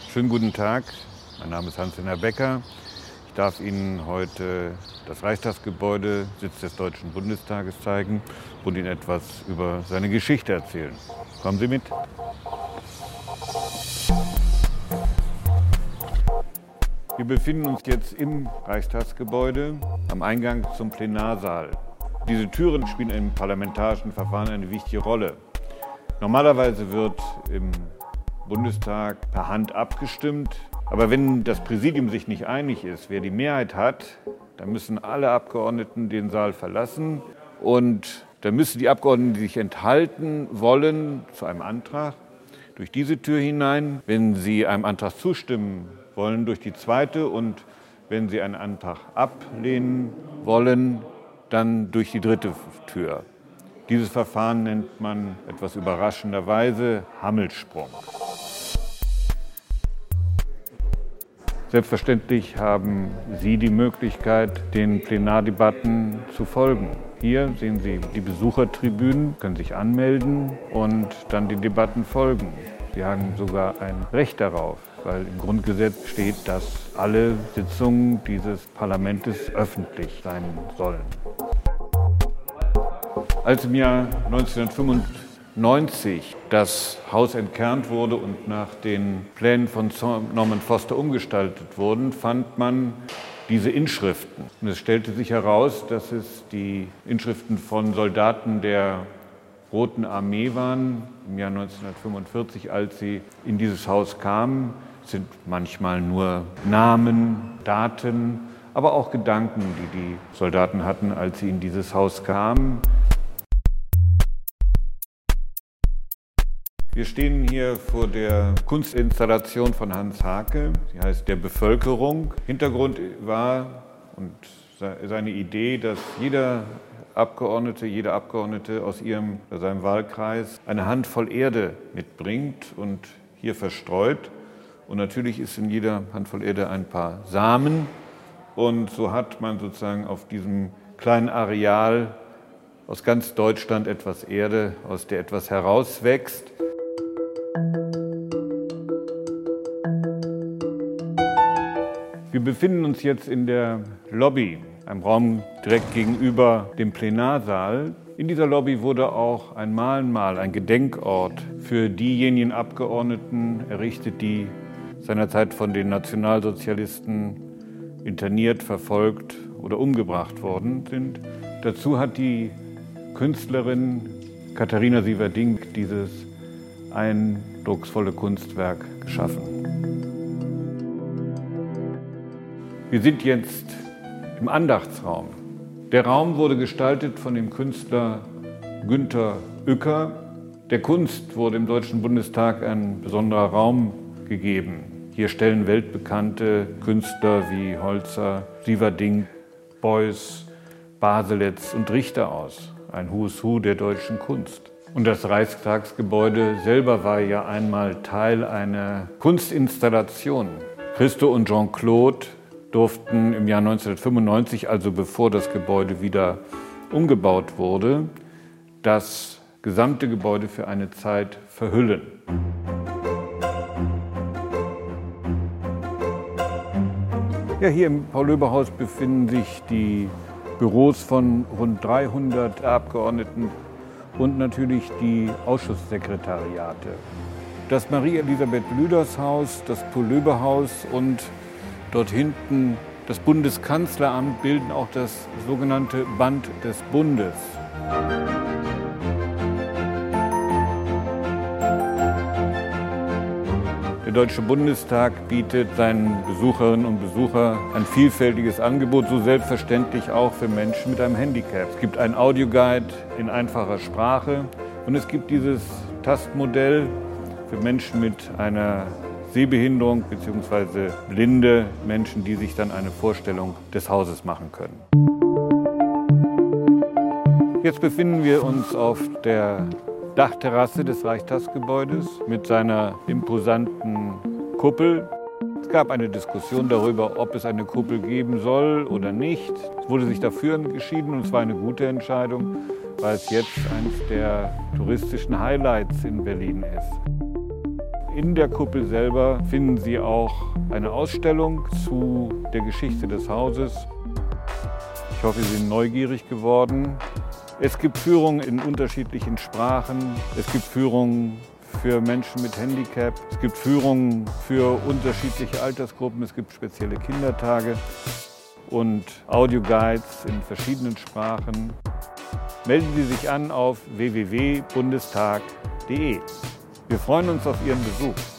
Schönen guten Tag, mein Name ist Hans-Henner Becker. Ich darf Ihnen heute das Reichstagsgebäude, Sitz des Deutschen Bundestages, zeigen und Ihnen etwas über seine Geschichte erzählen. Kommen Sie mit. Wir befinden uns jetzt im Reichstagsgebäude am Eingang zum Plenarsaal. Diese Türen spielen im parlamentarischen Verfahren eine wichtige Rolle. Normalerweise wird im Bundestag per Hand abgestimmt. Aber wenn das Präsidium sich nicht einig ist, wer die Mehrheit hat, dann müssen alle Abgeordneten den Saal verlassen. Und dann müssen die Abgeordneten, die sich enthalten wollen, zu einem Antrag durch diese Tür hinein. Wenn sie einem Antrag zustimmen wollen, durch die zweite. Und wenn sie einen Antrag ablehnen wollen, dann durch die dritte Tür. Dieses Verfahren nennt man etwas überraschenderweise Hammelsprung. Selbstverständlich haben Sie die Möglichkeit, den Plenardebatten zu folgen. Hier sehen Sie die Besuchertribünen, können sich anmelden und dann die Debatten folgen. Sie haben sogar ein Recht darauf, weil im Grundgesetz steht, dass alle Sitzungen dieses Parlaments öffentlich sein sollen. Als im Jahr 1995 das Haus entkernt wurde und nach den Plänen von Norman Foster umgestaltet wurden, fand man diese Inschriften. Und es stellte sich heraus, dass es die Inschriften von Soldaten der Roten Armee waren im Jahr 1945, als sie in dieses Haus kamen. Es sind manchmal nur Namen, Daten, aber auch Gedanken, die die Soldaten hatten, als sie in dieses Haus kamen. Wir stehen hier vor der Kunstinstallation von Hans Haacke, sie heißt Der Bevölkerung. Hintergrund war und seine Idee, dass jeder Abgeordnete, jede Abgeordnete aus seinem Wahlkreis eine Handvoll Erde mitbringt und hier verstreut. Und natürlich ist in jeder Handvoll Erde ein paar Samen. Und so hat man sozusagen auf diesem kleinen Areal aus ganz Deutschland etwas Erde, aus der etwas herauswächst. Wir befinden uns jetzt in der Lobby, einem Raum direkt gegenüber dem Plenarsaal. In dieser Lobby wurde auch ein Mahnmal, ein Gedenkort für diejenigen Abgeordneten errichtet, die seinerzeit von den Nationalsozialisten interniert, verfolgt oder umgebracht worden sind. Dazu hat die Künstlerin Katharina Sieverding dieses eindrucksvolle Kunstwerk geschaffen. Wir sind jetzt im Andachtsraum. Der Raum wurde gestaltet von dem Künstler Günter Uecker. Der Kunst wurde im Deutschen Bundestag ein besonderer Raum gegeben. Hier stellen weltbekannte Künstler wie Holzer, Sieverding, Beuys, Baselitz und Richter aus. Ein Who's Who der deutschen Kunst. Und das Reichstagsgebäude selber war ja einmal Teil einer Kunstinstallation. Christo und Jean-Claude durften im Jahr 1995, also bevor das Gebäude wieder umgebaut wurde, das gesamte Gebäude für eine Zeit verhüllen. Ja, hier im Paul-Löbe-Haus befinden sich die Büros von rund 300 Abgeordneten und natürlich die Ausschusssekretariate. Das Marie-Elisabeth-Lüders-Haus, das Paul-Löbe-Haus und dort hinten das Bundeskanzleramt bilden auch das sogenannte Band des Bundes. Der Deutsche Bundestag bietet seinen Besucherinnen und Besuchern ein vielfältiges Angebot, so selbstverständlich auch für Menschen mit einem Handicap. Es gibt einen Audioguide in einfacher Sprache und es gibt dieses Tastmodell für Menschen mit einer Sehbehinderung bzw. blinde Menschen, die sich dann eine Vorstellung des Hauses machen können. Jetzt befinden wir uns auf der Dachterrasse des Reichstagsgebäudes mit seiner imposanten Kuppel. Es gab eine Diskussion darüber, ob es eine Kuppel geben soll oder nicht. Es wurde sich dafür entschieden und es war eine gute Entscheidung, weil es jetzt eines der touristischen Highlights in Berlin ist. In der Kuppel selber finden Sie auch eine Ausstellung zu der Geschichte des Hauses. Ich hoffe, Sie sind neugierig geworden. Es gibt Führungen in unterschiedlichen Sprachen. Es gibt Führungen für Menschen mit Handicap. Es gibt Führungen für unterschiedliche Altersgruppen. Es gibt spezielle Kindertage und Audioguides in verschiedenen Sprachen. Melden Sie sich an auf www.bundestag.de. Wir freuen uns auf Ihren Besuch.